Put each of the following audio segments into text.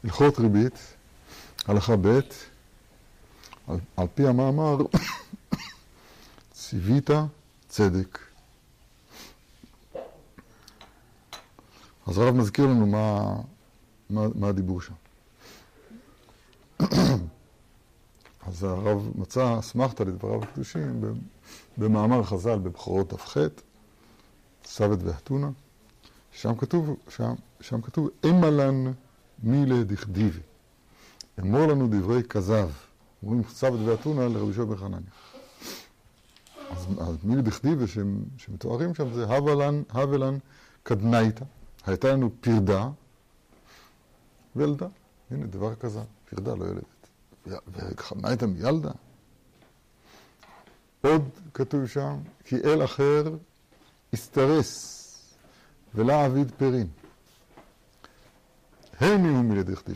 הלכות ריבית, הלכה ב', על פי המאמר, ציווית צדק. אז הרב מזכיר לנו מה הדיבור שם. אז הרב מצא אסמכתא לדבריו הקדושים במאמר חז"ל בבכורות דף ח', סבת ואתונה, שם כתוב אמה לן מילי דכתיבי, אמור לנו דברי כזב. אומרים סבת ואתונה לרבי יהושע בן חנניה. אז מילי דכתיבי שמתוארים שם זה הווה לן קדנייתא, הייתה לנו פרדה וילדה. הנה דבר כזה, פרדה לא ילדת. וחמייתא מילדה. עוד כתוב שם, כי אל אחר הסתרס ולא אביד פרין. הם יהיו מילי דכתיב.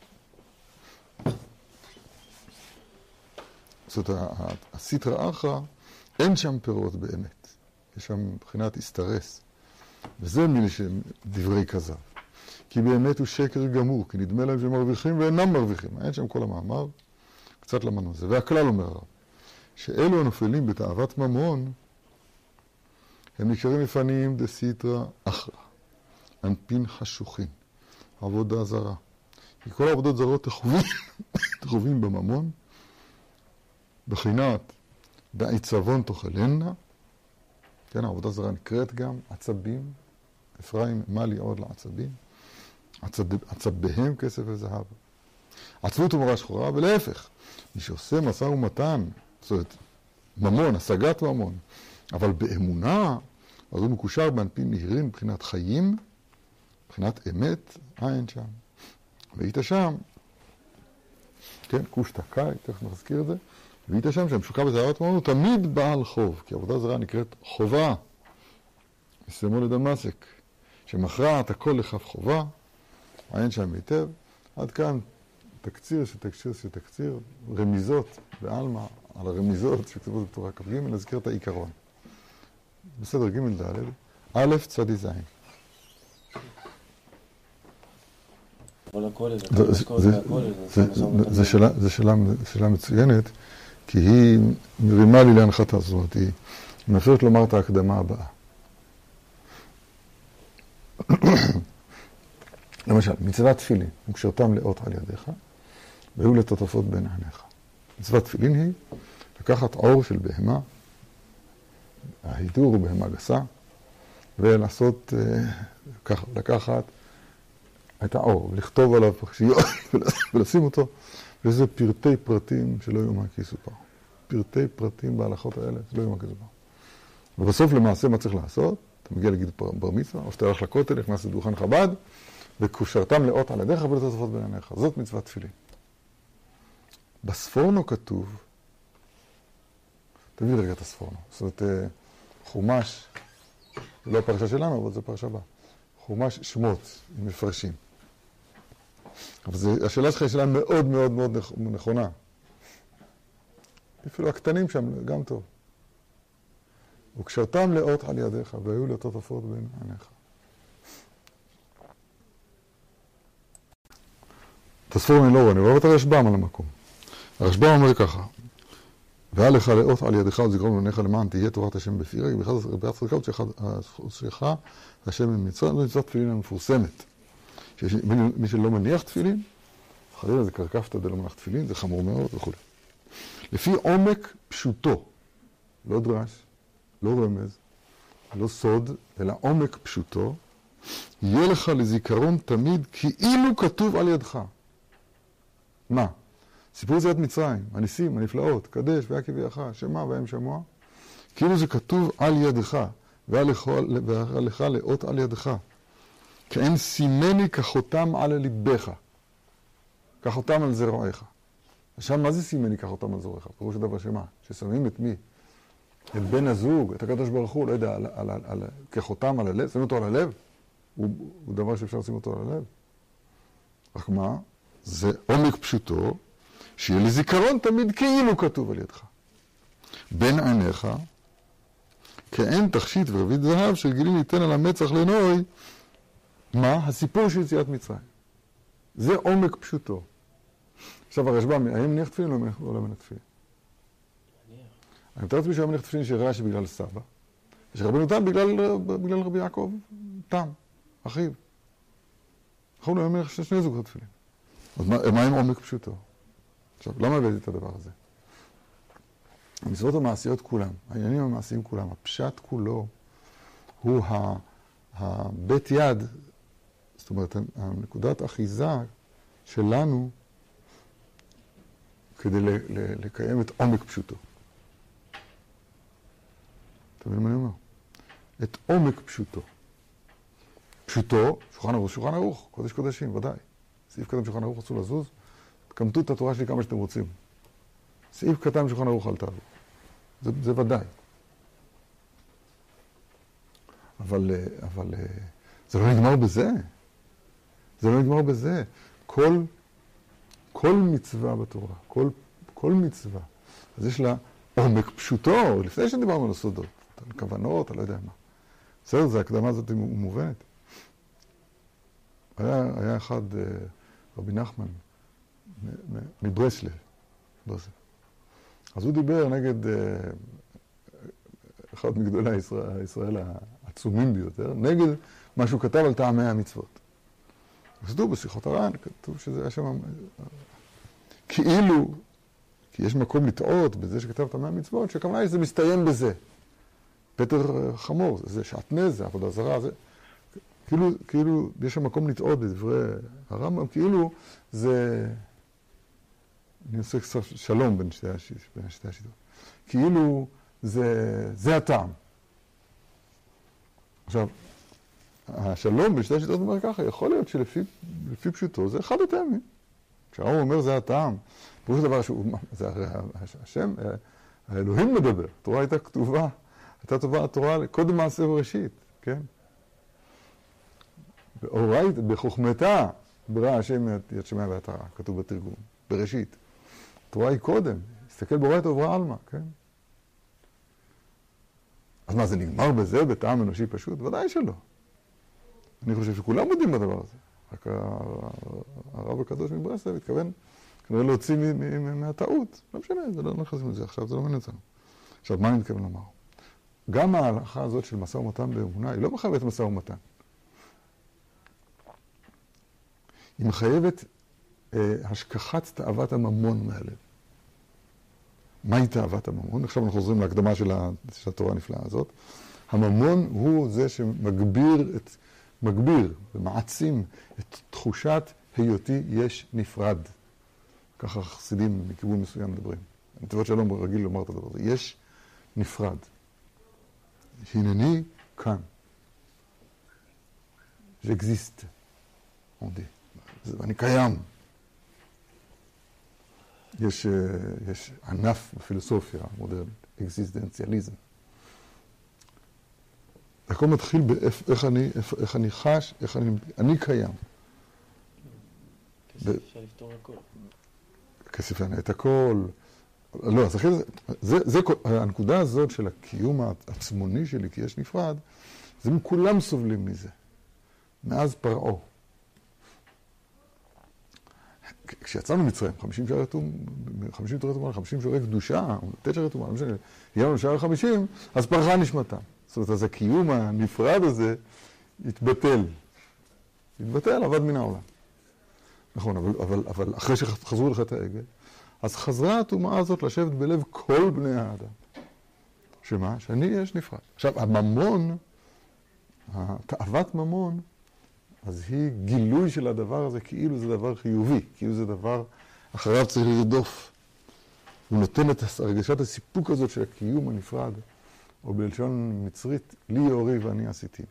זאת הסטרא אחרא, אין שם פירות באמת. יש שם מבחינת הסתרס. וזה מילי שהם דברי כזב. כי באמת הוא שקר גמור, כי נדמה להם שהם מרוויחים ואינם מרוויחים. אין שם כל המאמר, קצת למדנו זה. והכלל אומר הרב, שאלו הנופלים בתאוות ממון, הם נקראים לפנים דסיטרא אחרא, אנפין חשוכין, עבודה זרה. כי כל העבודות זרות תחובים בממון, בחינת בעיצבון תאכלנה, כן, העבודה זרה נקראת גם עצבים, אפרים מלי עוד לעצבים, עצביהם כסף וזהב. עצבות ומרה שחורה, ולהפך, מי שעושה משא ומתן, זאת אומרת, ממון, השגת ממון, אבל באמונה, אז הוא מקושר באנפין נהירים מבחינת חיים, מבחינת אמת, אין שם. והיית שם, כן, קוש תקאי, תכף נזכיר את זה, והיית שם שהמשוקע בזהרת ממון הוא תמיד בעל חוב, כי עבודה זרה נקראת חובה, מסיימו לדמשק, שמכרעת הכל לכף חובה, אין שם היטב, עד כאן תקציר שתקציר, רמיזות בעלמא, על הרמיזות שכתובות בתורה כ"ג, נזכיר את העיקרון. בסדר, ג' ד', א' צדי ז'. זה שאלה מצוינת, כי היא מרימה לי להנחתה, זאת אומרת, היא מאפשרת לומר את ההקדמה הבאה. למשל, מצוות תפילין, וקשרתם לאות על ידיך, והיו לטוטפות בין עיניך. מצוות תפילין היא לקחת עור של בהמה, ההידור הוא בהמה גסה, ולעשות, לקחת את העור, ולכתוב עליו פרשיות, ולשים אותו, וזה פרטי פרטים שלא יאומן כי יסופר. פרטי פרטים בהלכות האלה, שלא יאומן כי יסופר. ובסוף למעשה מה צריך לעשות? אתה מגיע להגיד בר מצווה, או שאתה הולך לכותל, נכנס לדוכן חב"ד, וקושרתם לאות על ידיך ולטוטפות בין עיניך. זאת מצוות תפילין. בספורנו כתוב, תביא רגע את הספורנו. זאת אומרת, חומש, זה לא הפרשה שלנו, אבל זה פרשה הבאה. חומש שמות, עם מפרשים. אבל השאלה שלך היא שאלה מאוד מאוד מאוד נכונה. אפילו הקטנים שם, גם טוב. וקשרתם לאות על ידיך, והיו לטוטפות בין עיניך. את הספורנו אני לא רואה, אני רואה את הרשב"ם על המקום. הרשב"ם אומר ככה, והיה לך לאות על ידיך וזיכרון עיניך למען תהיה תורת השם בפיך, ובאחד צדקות שלך השם ממצרים, זו מצוות תפילין המפורסמת. מי שלא מניח תפילין, חלילה זה קרקפתא דלא מניח תפילין, זה חמור מאוד וכו'. לפי עומק פשוטו, לא דרש, לא רמז, לא סוד, אלא עומק פשוטו, יהיה לך לזיכרון תמיד כאילו כתוב על ידך. מה? סיפור יציאת מצרים, הניסים, הנפלאות, קדש והיה כביאך, שמע והם שמוע, כאילו זה כתוב על ידך, והיה לך לאות על ידך. כאין סימני כחותם על ליבך, כחותם על זרועך. עכשיו, מה זה סימני כחותם על זרועך? פירוש הדבר שמה? ששמים את מי? את בן הזוג, את הקדוש ברוך הוא, לא יודע, כחותם על הלב, שמים אותו על הלב? הוא דבר שאפשר לשים אותו על הלב. רק מה? זה עומק פשוטו, שיהיה לזיכרון תמיד כאילו כתוב על ידך. בין עיניך, כאין תכשיט ורבית זהב של גילים ניתן על המצח לנוי, מה? הסיפור של יציאת מצרים. זה עומק פשוטו. עכשיו הרשב"ם, האם מניח תפילין או לא מניח תפילין? אני מתאר לעצמי שהוא מניח תפילין של רש"י בגלל סבא, ושרבנו תם בגלל רבי יעקב תם, אחיו. נכון, הוא מניח שני זוגות תפילין. אז מה עם עומק פשוטו? עכשיו, למה הבאתי את הדבר הזה? המצוות המעשיות כולם, העניינים המעשיים כולם, הפשט כולו, הוא הבית יד, זאת אומרת, הנקודת אחיזה שלנו כדי לקיים את עומק פשוטו. אתה מבין מה אני אומר? את עומק פשוטו. פשוטו, שולחן ערוך, קודש קודשים, ודאי. סעיף קטן שולחן ערוך אסור לזוז, תקמתו את התורה שלי כמה שאתם רוצים. סעיף קטן שולחן ערוך אל תעבור. זה ודאי. אבל זה לא נגמר בזה. זה לא נגמר בזה. כל מצווה בתורה, כל מצווה, אז יש לה עומק פשוטו, לפני שדיברנו על הסודות, על כוונות, על לא יודע מה. בסדר, זה הקדמה הזאת מובנת. היה אחד, רבי נחמן, מברסלב. אז הוא דיבר נגד אחד מגדולי ישראל העצומים ביותר, נגד מה שהוא כתב על טעמי המצוות. כתוב בשיחות הר"ן, כתוב שזה היה שם כאילו, כי יש מקום לטעות בזה שכתב טעמי המצוות, שהכוונה היא שזה מסתיים בזה. פטר חמור, זה שעטנז, זה עבודה זרה, זה... כאילו יש שם מקום לטעות בדברי הרמב"ם, כאילו זה... אני עושה קצת שלום בין שתי השיטות. כאילו זה הטעם. עכשיו, השלום בין שתי השיטות אומר ככה, יכול להיות שלפי פשוטו זה אחד הטעמים. כשהרמב"ם אומר זה הטעם, פירוש הדבר זה הרי השם, האלוהים מדבר, התורה הייתה כתובה, הייתה טובה התורה קודם מעשה בראשית, כן? בחוכמתה ברא השם יד שמיה ואת הרע, כתוב בתרגום, בראשית. התורה היא קודם, הסתכל בורא וברא עלמא, כן? אז מה, זה נגמר בזה, בטעם אנושי פשוט? ודאי שלא. אני חושב שכולם מודים בדבר הזה. רק הרב הקדוש מברסלב התכוון כנראה להוציא מהטעות. לא משנה, זה לא נכנסים לזה עכשיו, זה לא מעניין אותנו. עכשיו, מה אני מתכוון לומר? גם ההלכה הזאת של משא ומתן באמונה, היא לא מחייבת משא ומתן. היא מחייבת השכחת תאוות הממון מהלב. מהי תאוות הממון? עכשיו אנחנו חוזרים להקדמה של התורה הנפלאה הזאת. הממון הוא זה שמגביר ומעצים את תחושת היותי יש נפרד. ככה חסידים מכיוון מסוים מדברים. נתיבות שלום רגיל לומר את הדבר הזה. יש נפרד. הנני כאן. j'existe. אני קיים. יש ענף בפילוסופיה המודרנית, אקזיסטנציאליזם. הכל מתחיל באיך אני חש, אני קיים. כסף אפשר לפתור הכל. כסף יענה את הכל. לא, אז אחרי זה, הנקודה הזאת של הקיום העצמוני שלי, כי יש נפרד, זה כולם סובלים מזה. מאז פרעה. כשיצאנו מצרים, 50 שערי טומאה, 50 שערי קדושה, 9 שערי טומאה, לא משנה, הגענו לשער 50, אז פרחה נשמתם. זאת אומרת, אז הקיום הנפרד הזה התבטל. עבד מן העולם. נכון, אבל אחרי שחזרו לחטא העגל, אז חזרה הטומאה הזאת לשבת בלב כל בני האדם. שמה? שאני יש נפרד. עכשיו, הממון, תאוות ממון, אז היא גילוי של הדבר הזה כאילו זה דבר חיובי, כאילו זה דבר אחריו צריך לרדוף. הוא נותן את הרגשת הסיפוק הזאת של הקיום הנפרד, או בלשון מצרית, לי יאורי ואני עשיתי.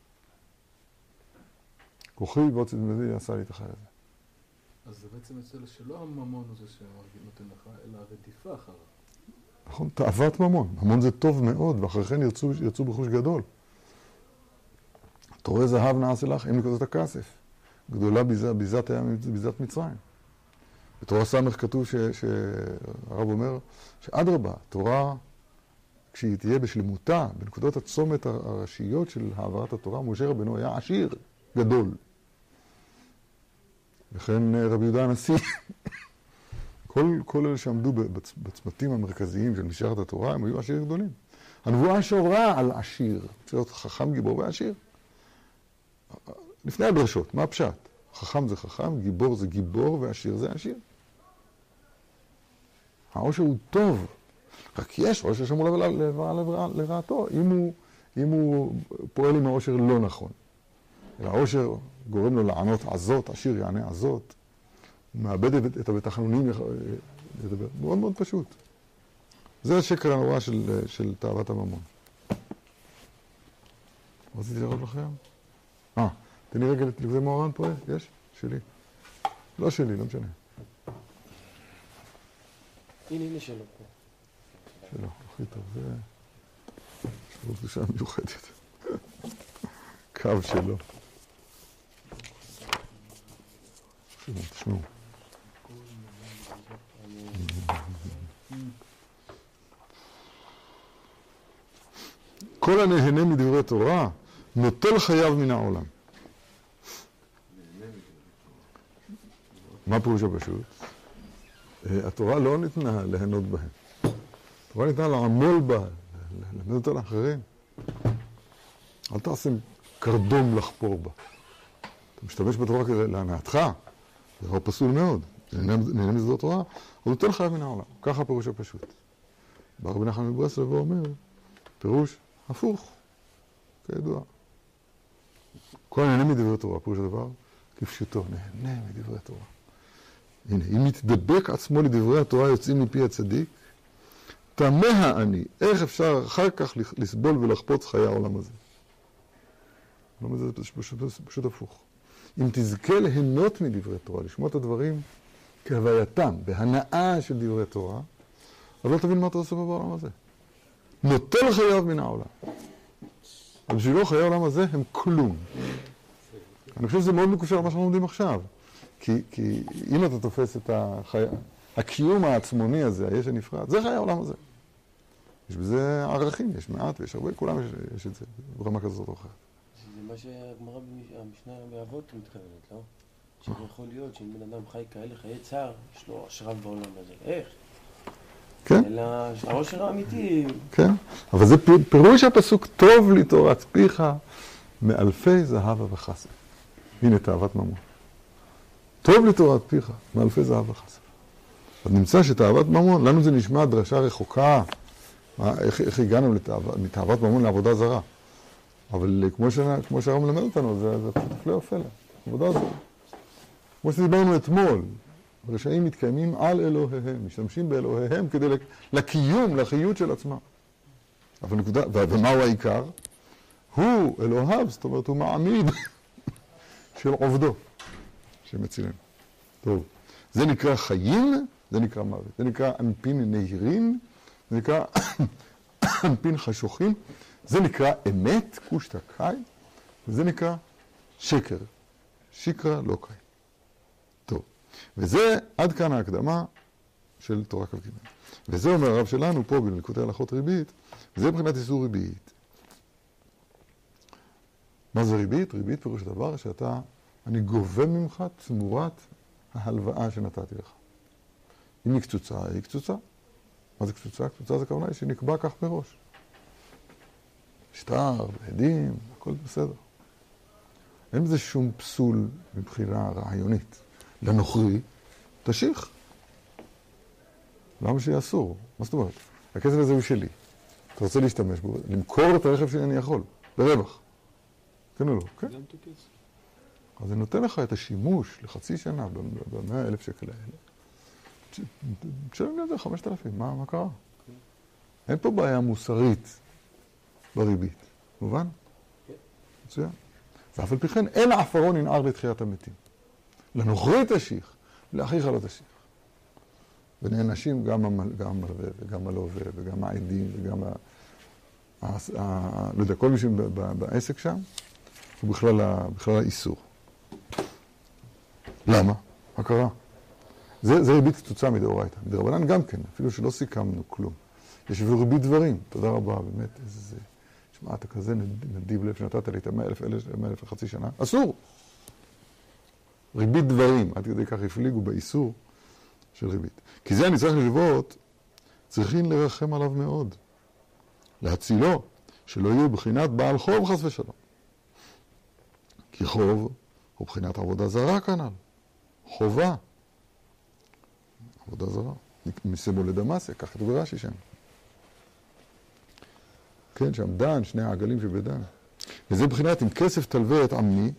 כוחי ועוצת מזי עשה לי את החי הזה. אז זה בעצם אצל שלא הממון הוא זה שנותן לך, אלא הרדיפה אחריו. נכון, תאוות ממון. ממון זה טוב מאוד, ואחרי כן יצאו בחוש גדול. תורי זהב נעשה לך, אם נקודות הכסף. גדולה ביזת היה ביזת מצרים. בתורה סמך כתוב שהרב אומר שאדרבה, תורה, כשהיא תהיה בשלמותה, בנקודות הצומת הראשיות של העברת התורה, משה רבנו היה עשיר גדול. וכן רבי יהודה הנשיא. כל אלה שעמדו בצמתים המרכזיים של משארת התורה, הם היו עשירים גדולים. הנבואה שורה על עשיר, צריך להיות חכם, גיבור ועשיר. לפני הדרשות, מה הפשט? חכם זה חכם, גיבור זה גיבור, ועשיר זה עשיר. העושר הוא טוב, רק יש עושר שמול לרעתו, אם הוא פועל עם העושר לא נכון. אלא העושר גורם לו לענות עזות, עשיר יענה עזות, הוא מאבד את הבתחנונים לדבר. מאוד מאוד פשוט. זה השקר הנורא של תאוות הממון. רציתי לראות לכם? תני רגע לבדי מוהר"ן פה, יש? שלי. לא שלי, לא משנה. הנה שלו פה. שלו, הכי טוב. זה שבו קדושה מיוחדת. קו שלו. תשמעו. כל הנהנה מדברי תורה נוטל חייו מן העולם. מה פירוש הפשוט? התורה לא ניתנה ליהנות בהם. התורה ניתנה לעמול בה, ללמד אותה לאחרים. אל תעשם קרדום לחפור בה. אתה משתמש בתורה להנאתך, זה דבר פסול מאוד. נהנה מזאת תורה, הוא נוטל חייו מן העולם. ככה הפירוש הפשוט. בא רבי נחמן מברסלב ואומר, פירוש הפוך, כידוע. כל הנהנה מדברי תורה, פירוש הדבר, כפשוטו, נהנה מדברי תורה. הנה, אם מתדבק עצמו לדברי התורה יוצאים מפי הצדיק, תמה אני, איך אפשר אחר כך לסבול ולחפוץ חיי העולם הזה? העולם הזה זה פשוט הפוך. אם תזכה ליהנות מדברי תורה, לשמוע את הדברים כהווייתם, בהנאה של דברי תורה, אז לא תבין מה אתה עושה בעולם הזה. נוטל חייו מן העולם. אבל בשבילו חיי העולם הזה הם כלום. אני חושב שזה מאוד מקושר למה שאנחנו לומדים עכשיו. כי אם אתה תופס את הקיום העצמוני הזה, היש הנפרד, זה חיי העולם הזה. יש בזה ערכים, יש מעט ויש הרבה, כולם יש את זה ברמה כזאת או אחרת. זה מה שהגמרא במשנה באבות מתכוונת, לא? שזה יכול להיות שאם בן אדם חי כאלה חיי צער, יש לו עשרה בעולם הזה. איך? כן. אלא העושר האמיתי. כן, אבל זה פירוש הפסוק טוב לי תורת פיך מאלפי זהב וכסף. הנה תאוות ממון. טוב לי תורת פיך מאלפי זהב וכסף. אז נמצא שתאוות ממון, לנו זה נשמע דרשה רחוקה, איך הגענו מתאוות ממון לעבודה זרה. אבל כמו שהרב מלמד אותנו, זה פשוט הפלא ופלא. עבודה זרה. כמו שדיברנו אתמול, רשעים מתקיימים על אלוהיהם, משתמשים באלוהיהם כדי לקיום, לחיות של עצמם. אבל נקודה, ומהו העיקר? הוא אלוהיו, זאת אומרת, הוא מעמיד של עובדו, שמצילים. טוב, זה נקרא חיים, זה נקרא מוות. זה נקרא אנפין נהירים, זה נקרא אנפין חשוכים, זה נקרא אמת, קושטא קאי, וזה נקרא שקר, שקרא לא קאי. טוב, וזה עד כאן ההקדמה של תורה כ"ג. וזה אומר הרב שלנו פה בליקוטי הלכות ריבית, וזה מבחינת איסור ריבית. מה זה ריבית? ריבית פירוש הדבר אני גובה ממך תמורת ההלוואה שנתתי לך. אם היא קצוצה, היא קצוצה. מה זה קצוצה? קצוצה זה כוונה שנקבע כך מראש. שטר, בעדים, הכל בסדר. אין בזה שום פסול מבחינה רעיונית. לנוכרי, תשיך. למה שיהיה אסור? מה זאת אומרת? הכסף הזה הוא שלי. אתה רוצה להשתמש בו, למכור את הרכב שלי אני יכול, ברווח. כן או לא? כן. גם את הכסף. אז זה נותן לך את השימוש לחצי שנה ב-100,000 שקל האלה. תשלם לי את זה 5,000, מה קרה? אין פה בעיה מוסרית בריבית, מובן? כן. מצוין. ואף על פי כן, אין העפרון ינער לתחיית המתים. לנוכרי תשיך, לאחיך לא תשיך. ונענשים גם המלווה וגם הלווה וגם העדים וגם לא יודע, כל מי שבעסק שם, הוא בכלל האיסור. למה? מה קרה? זה ריבית קצוצה מדאורייתא. מדרבנן גם כן, אפילו שלא סיכמנו כלום. יש אפילו ריבית דברים. תודה רבה, באמת, איזה... שמע, אתה כזה נדיב לב שנתת לי את 100,000 לחצי שנה. אסור! ריבית דברים, עד כדי כך הפליגו באיסור של ריבית. כי זה אני צריך ללוות, צריכים לרחם עליו מאוד. להצילו, שלא יהיו בחינת בעל חוב חס ושלום. כי חוב הוא בחינת עבודה זרה כנ"ל. חובה. עבודה זרה. מסבו לדמאסיה, כך כתוב ברש"י שם. כן, שם דן, שני העגלים שבדן. וזה בחינת אם כסף תלווה את עמי,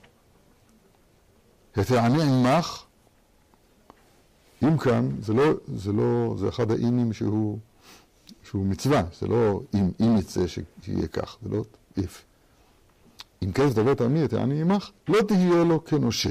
התעני עמך, אם כאן, זה אחד האימים שהוא מצווה, זה לא אם יצא שיהיה כך, זה לא if. אם כסף תלווה את עמי, התעני עמך, לא תהיה לו כנושה.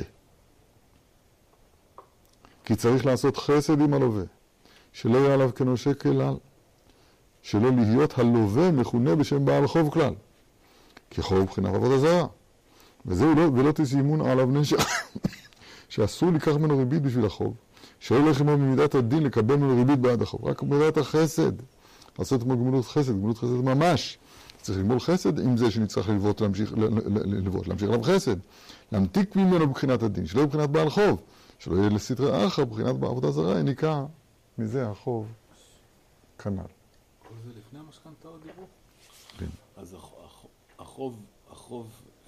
כי צריך לעשות חסד עם הלווה, שלא יהיה עליו כנושה כלל, שלא להיות הלווה מכונה בשם בעל חוב כלל. כי חוב מבחינת עבודה זרה. ולא תסיימון עליו נשך, שאסור לקח ממנו ריבית בשביל החוב, שלא ילך עמו במידת הדין לקבל ממנו ריבית בעד החוב, רק במידת החסד. לעשות כמו גמילות חסד ממש. צריך לגמול חסד עם זה שנצטרך להמשיך עליו חסד. להמתיק ממנו בבחינת הדין, שלא בבחינת בעל חוב, שלא יהיה לסתרי אחר, בבחינת בעבודה זרה, יניקה מזה החוב כנ"ל. כל זה לפני המשכנתא עוד דיברו? כן. אז החוב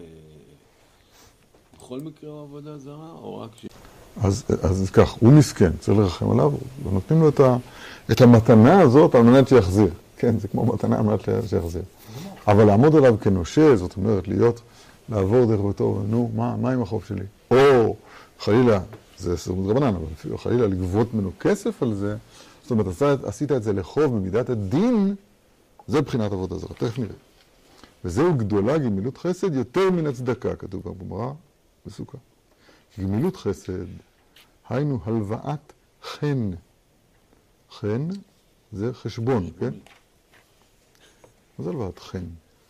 בכל מקרה הוא עבודה זרה, או רק ש... אז כך, הוא מסכן, צריך לרחם עליו, ונותנים לו את המתנה הזאת על מנת שיחזיר. כן, זה כמו מתנה על מנת שיחזיר. אבל לעמוד עליו כנושה, זאת אומרת, לעבור דרך ביתו, נו, מה עם החוב שלי? או חלילה, זה סרמות רבנן, אבל אפילו חלילה לגבות ממנו כסף על זה, זאת אומרת, עשית את זה לחוב במידת הדין, זה בחינת עבודה זרה, תכף נראה. וזהו גדולה גמילות חסד יותר מן הצדקה, כתוב בגמרא בסוכה. גמילות חסד, היינו הלוואת חן. חן זה חשבון, כן? מה זה הלוואת חן?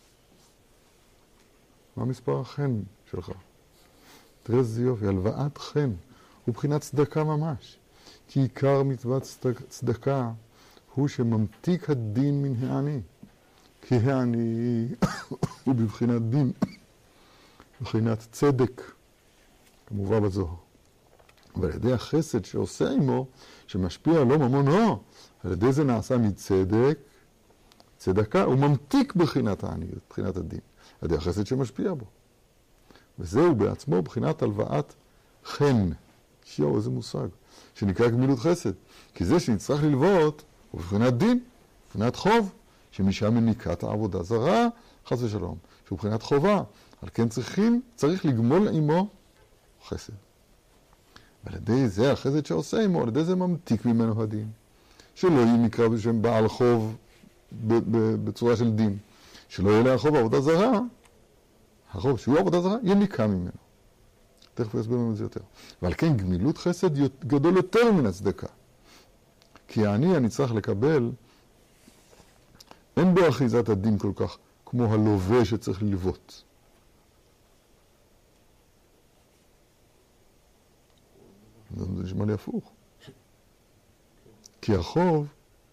מה מספר החן שלך? תראה איזה יופי, הלוואת חן. הוא בחינת צדקה ממש. כי עיקר מצוות צדקה הוא שממתיק הדין מן העני. כי העני הוא בבחינת דין, בבחינת צדק, כמובן בזוהר. ועל ידי החסד שעושה עמו, שמשפיע לא ממונו, על ידי זה נעשה מצדק, צדקה, הוא ממתיק בחינת העניות, בחינת הדין, על ידי החסד שמשפיע בו. וזהו בעצמו בחינת הלוואת חן. שיעו, איזה מושג, שנקרא גמילות חסד. כי זה שנצטרך ללוות, הוא בחינת דין, בחינת חוב, שמשם מניקת העבודה זרה, חס ושלום, שהוא בחינת חובה. על כן צריך לגמול עמו חסד. ועל ידי זה החסד שעושה עמו, על ידי זה ממתיק ממנו הדין. שלא יהיה נקרא בשם בעל חוב בצורה של דין. שלא יהיה לה חוב עבודה זרה, החוב שהוא עבודה זרה, יהיה ניקה ממנו. תכף הוא יסביר לנו את זה יותר. ועל כן גמילות חסד גדול יותר מן הצדקה. כי אני צריך לקבל, אין בו אחיזת הדין כל כך כמו הלווה שצריך ללוות. זה נשמע לי הפוך. כי החוב,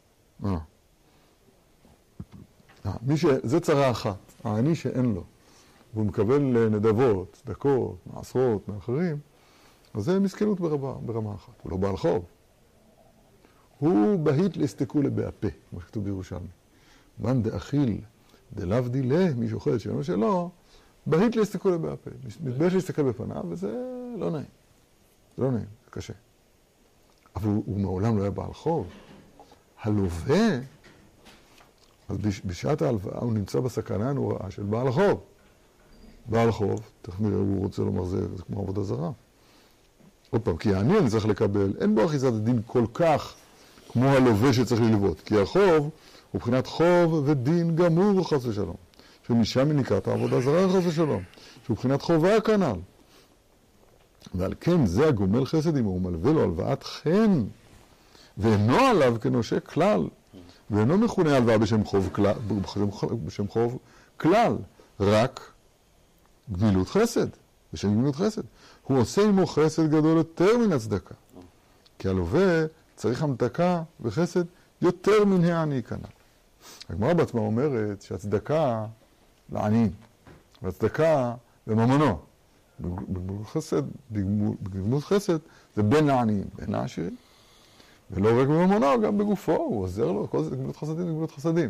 זה צרה אחת, העני שאין לו, והוא מקבל נדבות, צדקות, מעשרות, מאחרים, אז זה מסכנות ברמה אחת, הוא לא בעל חוב. הוא בהית להסתכו לבעפה, כמו שכתוב בירושלמי. בן דאכיל דלאו דילה, מי שאוכל שאינו שלו, בהית להסתכו לבעפה. מתבייש להסתכל בפניו, וזה לא נעים. זה לא נעים, זה קשה. אבל הוא מעולם לא היה בעל חוב. הלווה, אז בשעת ההלוואה הוא נמצא בסכנה הנוראה של בעל החוב. בעל חוב, תכף נראה, הוא רוצה לומר, זה כמו עבודה זרה. עוד פעם, כי אני צריך לקבל, אין בו אחיזת הדין כל כך כמו הלווה שצריך ללוות. כי החוב הוא מבחינת חוב ודין גמור חס ושלום. שמשם מניקת העבודה זרה חס ושלום. שהוא מבחינת חובה כנ"ל. ועל כן זה הגומל חסד אם הוא מלווה לו הלוואת חן, ואינו עליו כנושה כלל, ואינו מכונה הלוואה בשם חוב כלל, רק גמילות חסד, בשם גמילות חסד. הוא עושה עמו חסד גדול יותר מן הצדקה. כי הלווה צריך המתקה וחסד יותר מן העני כנ"ל. הגמרא בעצמה אומרת שהצדקה לעני, והצדקה בממונו. בגמול חסד, בגמול חסד, זה בין העניים, בין העשירים. ולא רק בממונו, גם בגופו, הוא עוזר לו, כל זה גמילות חסדים וגמילות חסדים.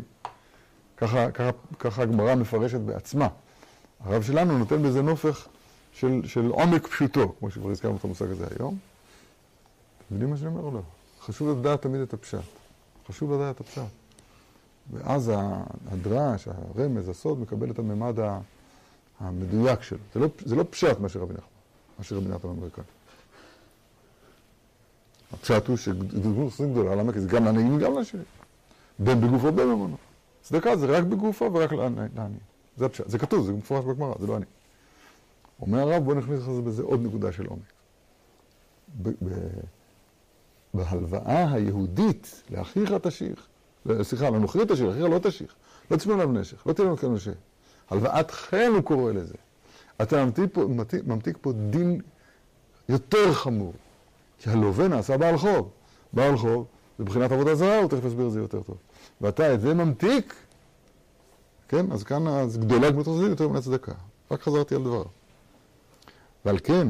ככה הגמרא מפרשת בעצמה. הרב שלנו נותן בזה נופך של עומק פשוטו, כמו שכבר הזכרנו את המושג הזה היום. אתם יודעים מה שאני אומר או לא? חשוב לדעת תמיד את הפשט. חשוב לדעת את הפשט. ואז הדרש, הרמז, הסוד, מקבל את הממד המדויק שלו. זה לא פשט מה שרבי נחמן אומר כאן. הפשט הוא שגמול חסדים גדולה, למה? כי זה גם לעניים וגם לעשירים. בין בגופו ובין בממונו. צדקה זה רק בגופו ורק לעניים. זה הפשט. זה כתוב, זה מפורש בגמרא, זה לא אני. אומר הרב, בוא נכניס בזה עוד נקודה של עומק. בהלוואה היהודית, לאחיך תשיך, סליחה, לנוכרי תשיך, לאחיך לא תשיך, לא תשמעו לנו נשך, לא תהיה לנו כאן נשך. הלוואת חן הוא קורא לזה. אתה ממתיק פה דין יותר חמור, כי הלווה נעשה בעל חוב. בעל חוב, בבחינת עבודה זרה, הוא תכף יסביר את זה יותר טוב. ואתה את זה ממתיק, כן? אז כאן אז גדולה גמילות חסדים יותר מן הצדקה. רק חזרתי על דבר. ועל כן,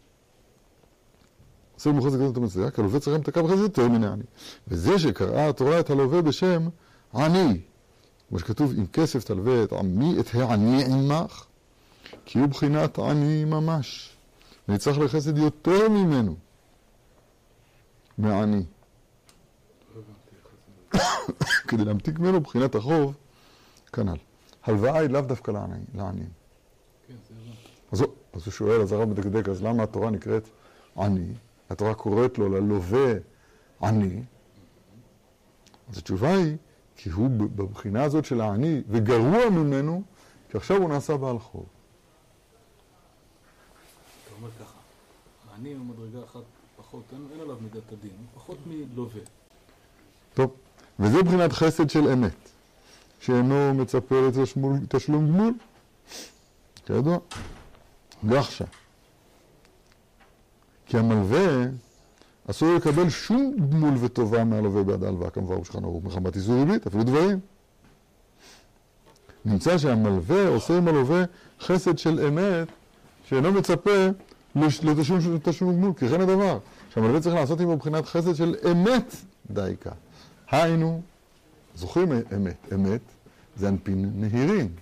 עושה גמילות חסדים יותר מן הצדקה, כי הלווה צריך למתקה בחסד יותר מן העני. וזה שקראה התורה את הלווה בשם עני. כמו שכתוב, אם כסף תלווה את עמי, את העני עמך, כי הוא בחינת עני ממש. ונצטרך לחסד יותר ממנו, מעני. כדי להמתיק ממנו בחינת החוב, כנ"ל. הלוואה היא לאו דווקא לעניים. אז הוא שואל, אז הרב מדקדק, אז למה התורה נקראת עני? התורה קוראת לו ללווה עני. אז התשובה היא, כי הוא בבחינה הזאת של העני, וגרוע ממנו, כי עכשיו הוא נעשה בעל חוב. אתה אומר ככה, העני הוא מדרגה אחת פחות, אין עליו מידת הדין, הוא פחות מלווה. טוב, וזה בחינת חסד של אמת, שאינו מצפה לתשלום גמול, כידוע, גחשה. כי המלווה אסור לקבל שום גמול וטובה מהלווה בעד ההלוואה, כמובן הוא שכן ערוך מחמת איסור ריבית, אפילו דברים. נמצא שהמלווה עושה עם הלווה חסד של אמת, שאינו מצפה לתשלום גמול, כי כן הדבר, שהמלווה צריך לעשות עמו בחינת חסד של אמת דייקה. היינו, זוכרים אמת, אמת זה אנפין נהירים.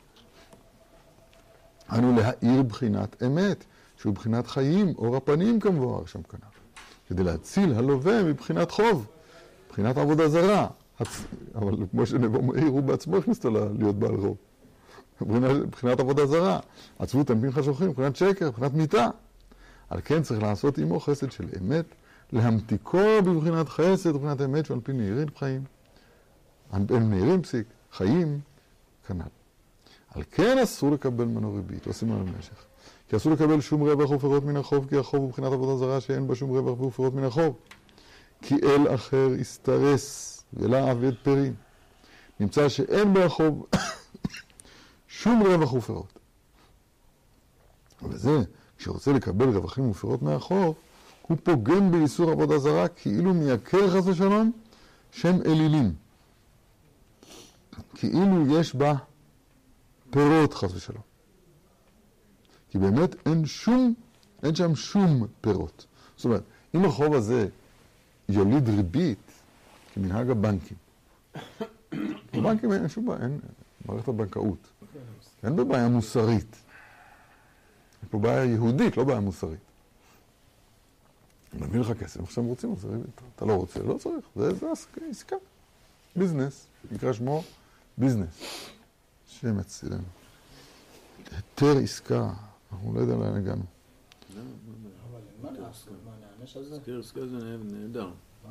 היינו להאיר בחינת אמת, שהוא בחינת חיים, אור הפנים כמבואר שם כנף. כדי להציל הלווה מבחינת חוב, מבחינת עבודה זרה. אבל כמו שנבוא מאיר, הוא בעצמו הכניס לו להיות בעל חוב. מבחינת עבודה זרה. עצבות אנפין חשוכים, מבחינת שקר, מבחינת מיתה. על כן צריך לעשות עמו חסד של אמת, להמתיקו בבחינת חסד, בבחינת אמת, שהוא אנפין נהירים חיים. אנפין נהירים פסיק, חיים, כנ"ל. על כן אסור לקבל ממנו ריבית, עושים לנו משך. כי אסור לקבל שום רווח ופירות מן החוב, כי החוב הוא מבחינת עבודה זרה שאין בה שום רווח ופירות מן החוב. כי אל אחר יסתרס ולא עבד פרים. נמצא שאין בחוב שום רווח ופירות. וזה, כשרוצה לקבל רווחים ופירות מהחוב, הוא פוגם באיסור עבודה זרה, כאילו מייקר חס ושלום שם אלילים. כאילו יש בה פירות חס ושלום. כי באמת אין שם שום פירות. זאת אומרת, אם החוב הזה יוליד ריבית, כמנהג הבנקים. בבנקים אין שום בעיה, אין מערכת הבנקאות. אין בבעיה מוסרית. יש פה בעיה יהודית, לא בעיה מוסרית. נביא לך כסף, עכשיו רוצים, זה ריבית. אתה לא רוצה, לא צריך. זה עסקה. ביזנס. נקרא שמו ביזנס. שם הצילנו. היתר עסקה. אנחנו לא יודעים לאן הגענו. אבל מה נעשה? מה נענש על זה? עסקה זה נהדר.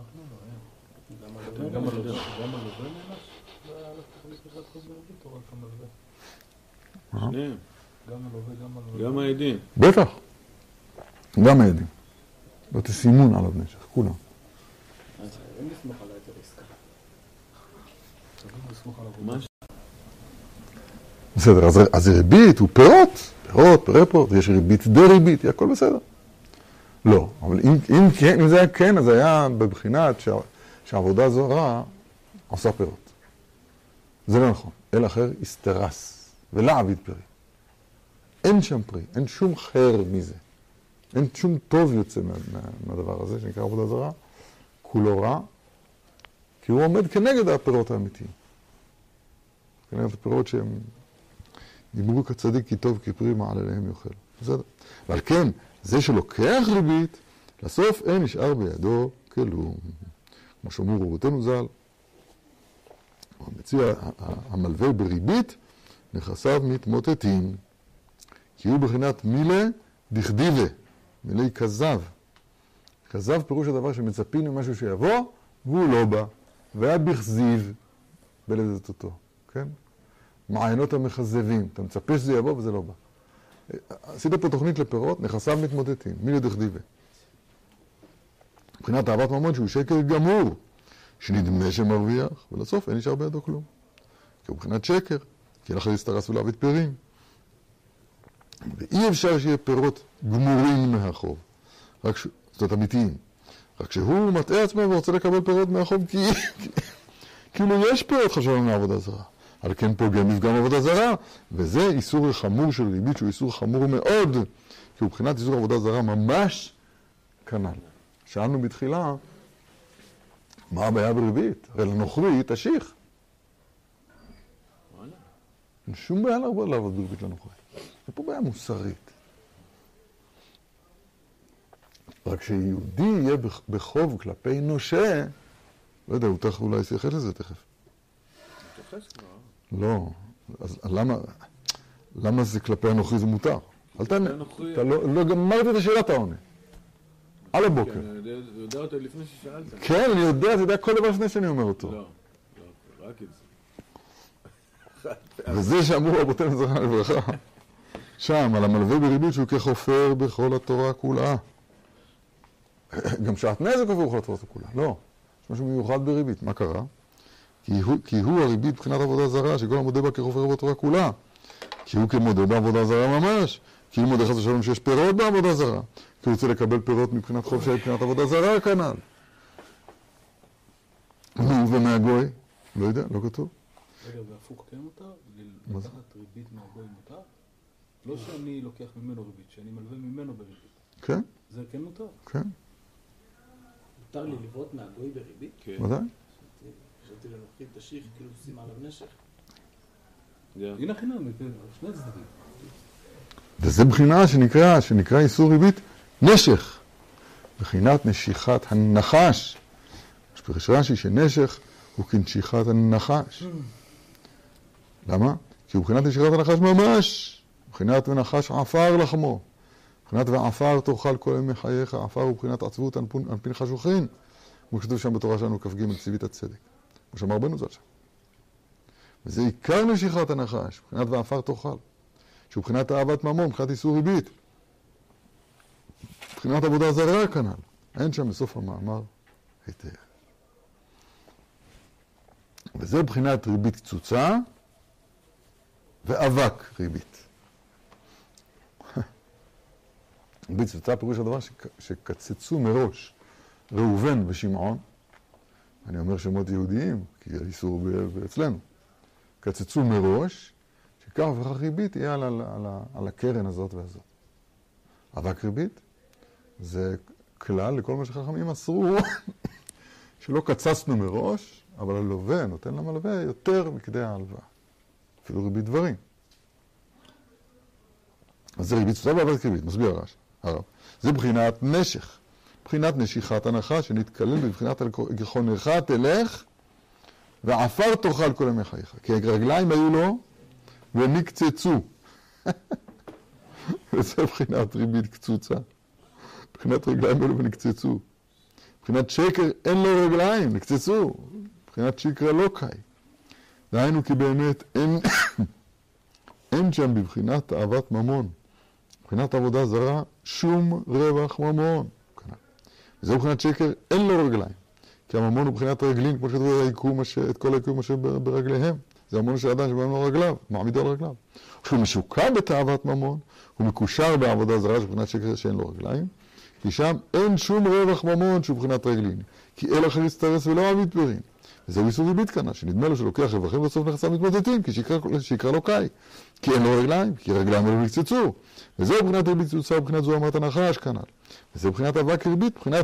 גם הלווה נענש? או רק המלווה? שניהם. גם הלווה, גם העדים. בטח. גם העדים. לא תסימון עליו נשך, כולם. אין לסמוך על היתר עסקה. צריך לסמוך עליו. מה? בסדר, אז ריבית הוא פירות, פירות, יש ריבית די ריבית, הכל בסדר. לא, אבל אם זה היה כן, אז היה בבחינת שהעבודה זרה עושה פירות. זה לא נכון. אל אחר יסתרס, ולא עביד פרי. אין שם פרי, אין שום חר מזה. אין שום טוב יוצא מהדבר הזה, שנקרא עבודה זרה. כולו רע, כי הוא עומד כנגד הפירות האמיתיים. כנגד הפירות שהם דיברו כצדיק כי טוב כי פרי מעל אליהם יאכל. בסדר. ועל כן, זה שלוקח ריבית, לסוף אין נשאר בידו כלום. כמו שאומרו רבותינו ז"ל, המלווה בריבית, נכסיו מתמוטטים. כי הוא בחינת מילה דכדיבה, מילי כזב. כזב פירוש הדבר שמצפים למשהו שיבוא, והוא לא בא. והיה בכזיב, בלדת אותו, כן? מעיינות המחזבים. אתה מצפה שזה יבוא וזה לא בא. עשית פה תוכנית לפירות, נכסיו מתמוטטים, מילי דכדיבה. מבחינת אהבת ממון שהוא שקר גמור, שנדמה שמרוויח, ולסוף אין נשאר בידו כלום. כי הוא מבחינת שקר, כי הלך להסתרס ולהביא פירים. ואי אפשר שיהיה פירות גמורים מהחוב. זאת אמיתיים. רק שהוא מטעה עצמו ורוצה לקבל פירות מהחוב, כי כאילו יש פירות חשוב לנו לעבודה זרה. על כן פוגם מפגם עבודה זרה, וזה איסור חמור של ריבית, שהוא איסור חמור מאוד, כי הוא מבחינת איסור עבודה זרה ממש כנ"ל. שאלנו בתחילה, מה הבעיה בריבית? הרי לנוכרי תשיך. אין שום בעיה לעבוד בריבית לנוכרי. זה פה בעיה מוסרית. רק שיהודי יהיה בחוב כלפי נושה, לא יודע, הוא תכף אולי יתייחס לזה תכף. יתייחס כבר. לא, אז למה זה כלפי הנוכרי זה מותר? אל תענה, אתה לא גמרתי את השאלה, אתה עונה. על הבוקר. כן, אני יודע אותו לפני ששאלת. כן, אני יודע, אתה יודע כל דבר לפני שאני אומר אותו. לא, רק את זה. וזה שאמרו רבותינו זכרם לברכה, שם, על המלווה בריבית שהוא כחופר בכל התורה כולה. גם שעטנז זה כופר בכל התורה כולה. לא, יש משהו מיוחד בריבית. מה קרה? כי הוא הריבית מבחינת עבודה זרה, שכל המודה בה כחופר בתורה כולה. כי הוא כמודה בעבודה זרה ממש. כי הוא מודה חס ושלום שיש פירות בעבודה זרה. כי הוא רוצה לקבל פירות מבחינת חוב שהיה מבחינת עבודה זרה כנ"ל. נו, ומהגוי? לא יודע, לא כתוב. רגע, והפוך כן מותר? לקחת ריבית מהגוי מותר? לא שאני לוקח ממנו ריבית, שאני מלווה ממנו בריבית. כן? זה כן מותר? כן. מותר לי לברות מהגוי בריבית? כן. ודאי. חשבתי לנוכחי תשיך, כאילו שימה עליו נשך. הנה חינם, שני צדדים. וזה בחינה שנקרא איסור ריבית נשך. בחינת נשיכת הנחש. יש פירוש רש"י שנשך הוא כנשיכת הנחש. למה? כי הוא בחינת נשיכת הנחש ממש. בחינת ונחש עפר לחמו. בחינת ועפר תאכל כל ימי חייך, עפר הוא בחינת עצבות אנפין חשוכין. כמו שכתוב שם בתורה שלנו כ"ג ציווית הצדק. כמו שאמר רבנו ז"ל שם. וזה עיקר נשיכת הנחש, בחינת ועפר תאכל. שהוא בחינת אהבת ממון, מבחינת איסור ריבית. בחינת עבודה זרה כנ"ל. אין שם בסוף המאמר היתר. וזה בחינת ריבית קצוצה ואבק ריבית. ריבית קצוצה פירוש הדבר שקצצו מראש ראובן ושמעון. אני אומר שמות יהודיים, כי האיסור אצלנו. קצצו מראש, שכך וכך ריבית יהיה על הקרן הזאת והזאת. אבק ריבית זה כלל לכל מה שחכמים אסרו, שלא קצצנו מראש, אבל הלווה נותן למלווה יותר מכדי ההלוואה. אפילו ריבית דברים. אז זה ריבית קצוצה ואבק ריבית, מסביר הרב. זה בחינת נשך. בחינת נשיכת הנחה שנתקלל בבחינת גחונך תלך ועפר תאכל כל ימי חייך. כי הרגליים היו לו ונקצצו. וזה בחינת ריבית קצוצה. בחינת רגליים היו לו ונקצצו. בחינת שקר אין לו רגליים, נקצצו. בחינת שקר לא קאי. דהיינו כי באמת אין שם בבחינת אהבת ממון. בבחינת עבודה זרה שום רווח ממון. וזהו בחינת שקר, אין לו רגליים. כי הממון הוא בחינת רגלין, כמו שכתוב את כל היקום אשר ברגליהם. זה המון של אדם שבהם לו רגליו, מעמידו על רגליו. כשהוא משוקע בתאוות ממון, הוא מקושר בעבודה זרה, שבחינת שקר שאין לו רגליים, כי שם אין שום רווח ממון שהוא בחינת רגלין. כי אל אחר יסתרס ולא מעמיד פירים. וזהו איסור ריבית כאן, שנדמה לו שלוקח רווחים ובסוף נכסיו מתמוטטים, כי שיקרא לו קאי, כי אין לו רגליים, כי רגליים לא נקצצו. וזהו מבחינת ריבית קצוצה, ובחינת זו אמרת הנחש כנ"ל. וזהו מבחינת אבק ריבית, מבחינת...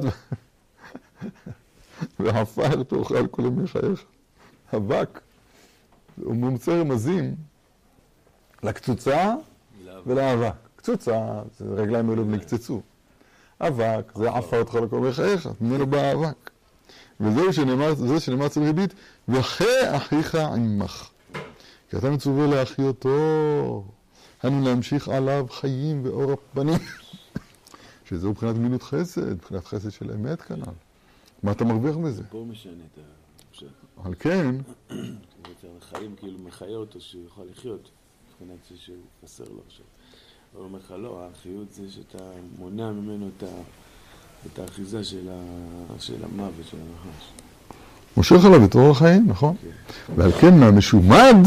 והעפר תאכל כל ימי חייך. אבק. הוא ממצא רמזים לקצוצה ולאבק. קצוצה, זה רגליים אלו נקצצו. אבק, זה עפר תאכל כל ימי חייך, ממנו בא האבק. וזהו שנאמר אצל ריבית, וחי אחיך עמך. כי אתה מצווה להחיותו, אנו להמשיך עליו חיים ואור הפנים. שזהו מבחינת מילות חסד, מבחינת חסד של אמת כנ"ל. מה אתה מרוויח מזה? פה משנה את הפשט. אבל כן. חיים כאילו מחיה אותו שהוא יוכל לחיות, מבחינת זה שהוא חסר לו עכשיו. אבל הוא אומר לך לא, האחיות זה שאתה מונע ממנו את האחיזה של המוות, של הנחש. מושך עליו את אור החיים, נכון? ועל כן מהמשומד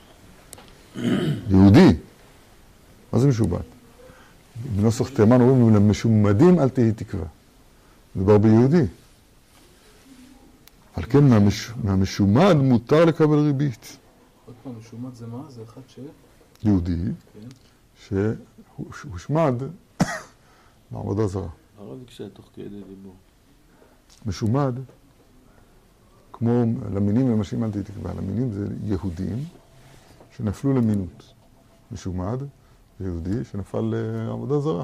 יהודי. מה זה משומד? בנוסח תימן אומרים למשומדים אל תהי תקווה. מדובר ביהודי. על כן מהמשומד מותר לקבל ריבית. עוד פעם, משומד זה מה? זה אחד ש... יהודי, שהושמד מעבודה זרה. הרב הקשה תוך כדי דיבור. משומד, כמו למינים למשל אל תהי תקווה. למינים זה יהודים שנפלו למינות. משומד, יהודי שנפל לעבודה זרה.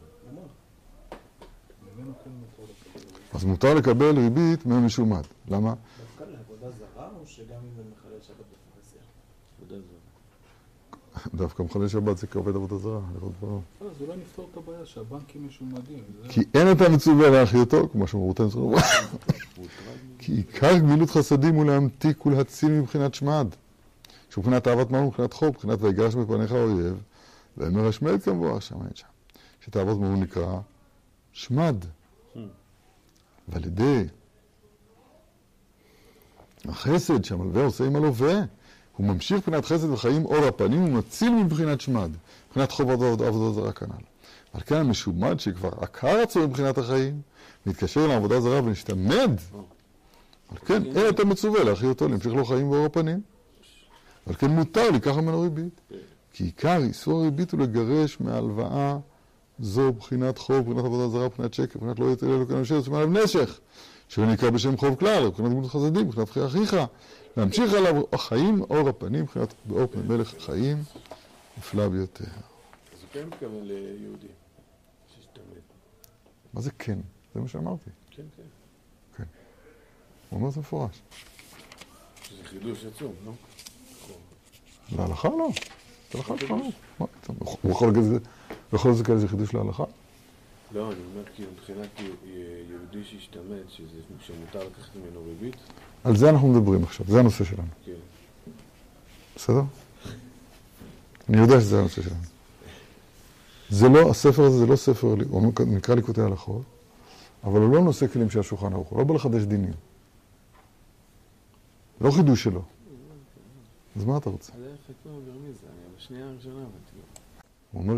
אז מותר לקבל ריבית מהמשומד. למה? דווקא לעבודה זרה או שגם אם זה מחלל שבת בפרסיה? עבודה זרה. דווקא מחלל שבת זה כעובד עבודה זרה. אז אולי נפתור את הבעיה שהבנקים משומדים. כי אין אתה מצווה להחיותו, כמו שאמרותינו זכרו. כי עיקר גמילות חסדים הוא להמתיק ולהציל מבחינת שמד. שמבחינת אהבת ממון, מבחינת חוב, מבחינת ויגרש מפניך האויב, ואמר השמד כמובן, שם אין שם. שתאהבת ממון נקרא שמד. ועל ידי החסד שהמלווה עושה עם הלווה, הוא ממשיך מבחינת חסד וחיים אור הפנים, הוא מציל מבחינת שמד, מבחינת חוב עבודה זרה כנ"ל. על כן המשומד שכבר עקר עצמו מבחינת החיים, מתקשר לעבודה זרה ונשתמד. על כן אין אתה מצווה להחיותו, להמשיך לו חיים ואור הפנים. על כן מותר לקחת ממנו ריבית. כי עיקר איסור הריבית הוא לגרש מהלוואה זו בחינת חוב, בחינת עבודה זרה, בחינת שקר, בחינת לא יתעלה לו כאן אשר יוצא מעליו נשך, שנקרא בשם חוב כלל, בחינת גמילות חסדים, בחינת חיי אחיך, להמשיך עליו החיים, אור הפנים, בחינת באור פני מלך החיים, נפלא ביותר. אז הוא כן מתכוון ליהודי, שישתמד. מה זה כן? זה מה שאמרתי. כן, כן. כן. הוא אומר את זה מפורש. שזה חידוש עצום, לא? להלכה לא. להלכה לא. הוא יכול להגיד את זה, יכול לזה כאלה זה חידוש להלכה? לא, אני אומר כי מבחינת יהודי שהשתמד, שמותר לקחת ממנו ריבית. על זה אנחנו מדברים עכשיו, זה הנושא שלנו. כן. בסדר? אני יודע שזה הנושא שלנו. זה לא, הספר הזה זה לא ספר, הוא נקרא ליקוטי הלכות, אבל הוא לא נושא כלים של השולחן ערוך, הוא לא בא לחדש דינים. לא חידוש שלו. אז מה אתה רוצה? אז איך אתה אומר מי זה? אני בשנייה הראשונה הבנתי לו. הוא אומר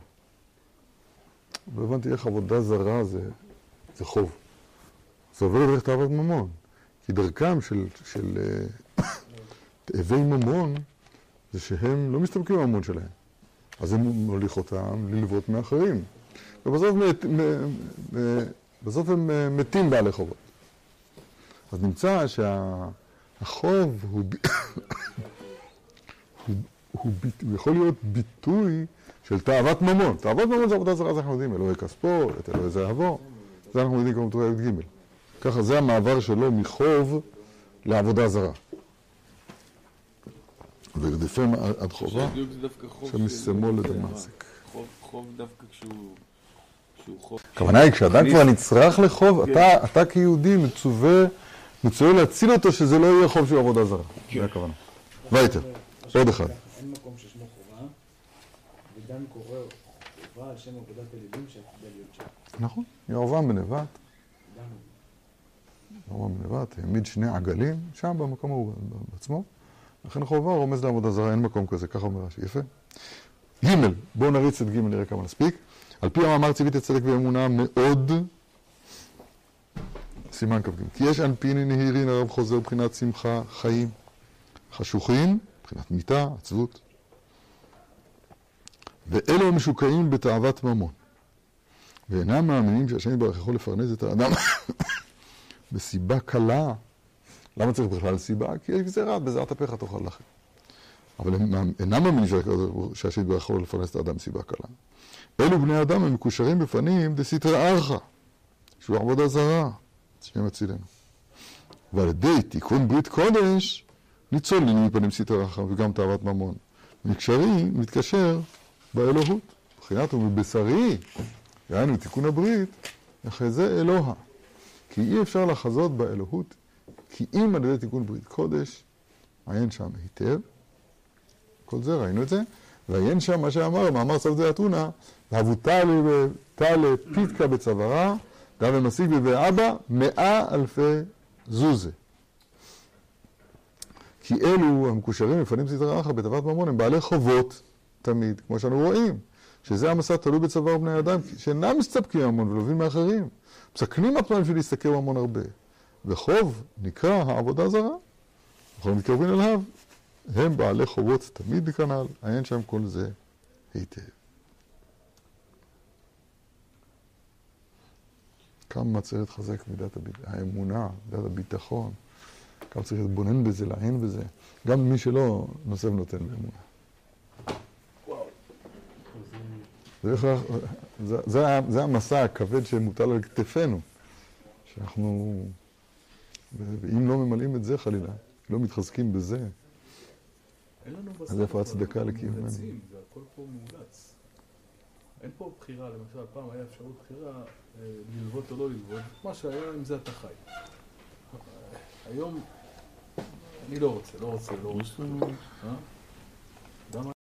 לא הבנתי איך עבודה זרה זה חוב. זה עובר דרך תאוות ממון. כי דרכם של תאבי ממון זה שהם לא מסתפקים בממון שלהם. אז הם מוליך אותם ללוות מאחרים. ובסוף הם מתים בעלי חובות. אז נמצא שהחוב הוא יכול להיות ביטוי של תאוות ממון. תאוות ממון זה עבודה זרה, זה אנחנו יודעים, אלוהי כספו, את אלוהי זהבו. זה אנחנו יודעים כמו בתורה י' ג'. ככה זה המעבר שלו מחוב לעבודה זרה. ורדיפם עד חובה, שמסמו לדמאסק. חוב דווקא כשהוא חוב. הכוונה היא, כשאדם כבר נצרך לחוב, אתה כיהודי מצווה להציל אותו שזה לא יהיה חוב של עבודה זרה. זה הכוונה. ויתר, עוד אחד. אין מקום ששמו חובה, ודן קורא חובה על שם עבודת אלילים שהתקבל להיות שם. נכון, ירבעם בן נבט. ירבעם בן נבט העמיד שני עגלים, שם במקום ההוא בעצמו. לכן חובה רומז לעבודה זרה, אין מקום כזה, ככה אומר רש"י, יפה. ג', בואו נריץ את ג' נראה כמה נספיק. על פי המאמר ציוויתי צדק ואמונה מאוד, סימן כ"ג. כי יש אנפיני נהירין הרב חוזר מבחינת שמחה, חיים, חשוכים, מבחינת מיתה, עצבות. ואלו המשוקעים בתאוות ממון. ואינם מאמינים שהשם יתברך יכול לפרנס את האדם בסיבה קלה. למה צריך בכלל סיבה? כי יש גזירה, בזעת אפיך תאכל לחם. אבל הם אינם מאמינים שהשם יתברך יכול לפרנס את האדם בסיבה קלה. אלו בני אדם הם מקושרים בפנים דסיטרא ארעא, שהוא עבודה זרה, השם יצילנו. ועל ידי תיקון ברית קודש, ניצולים מפנים סטרא ארעא וגם תאוות ממון. מתקשר באלוהות. מבחינת ומבשרי, יענו תיקון הברית, אחרי זה אלוה. כי אי אפשר לחזות באלוהות, כי אם על ידי תיקון ברית קודש, עיין שם היטב, כל זה, ראינו את זה, ועיין שם מה שאמר, מאמר סבדי אתונה, והבוטה פיתקה בצווארה, דא ומשיג בבי אבא 100,000 זוזה. כי אלו המקושרים לפנים סטרא ארעא בתאוות ממון הם בעלי חובות תמיד, כמו שאנו רואים, שזה המסע תלוי בצוואר בני אדם, שאינם מסתפקים ממון ולובים מאחרים, מסכנים עצמם בשביל להסתכל ממון הרבה. וחוב נקרא העבודה זרה, אנחנו מתקרבים אליו, הם בעלי חובות תמיד בכנ"ל, עיין שם כל זה היטב. כמה צריך לחזק מידת האמונה, מידת הביטחון, כמה צריך להתבונן בזה, לעיין בזה, גם מי שלא נושא ונותן באמונה. זה המסע הכבד שמוטל על כתפינו, שאנחנו, ואם לא ממלאים את זה חלילה, לא מתחזקים בזה, אז איפה הצדקה לקיומנו? זה הכל פה מאולץ. אין פה בחירה, למשל, פעם היה אפשרות בחירה ללוות או לא ללוות, מה שהיה עם זה אתה חי. היום אני לא רוצה.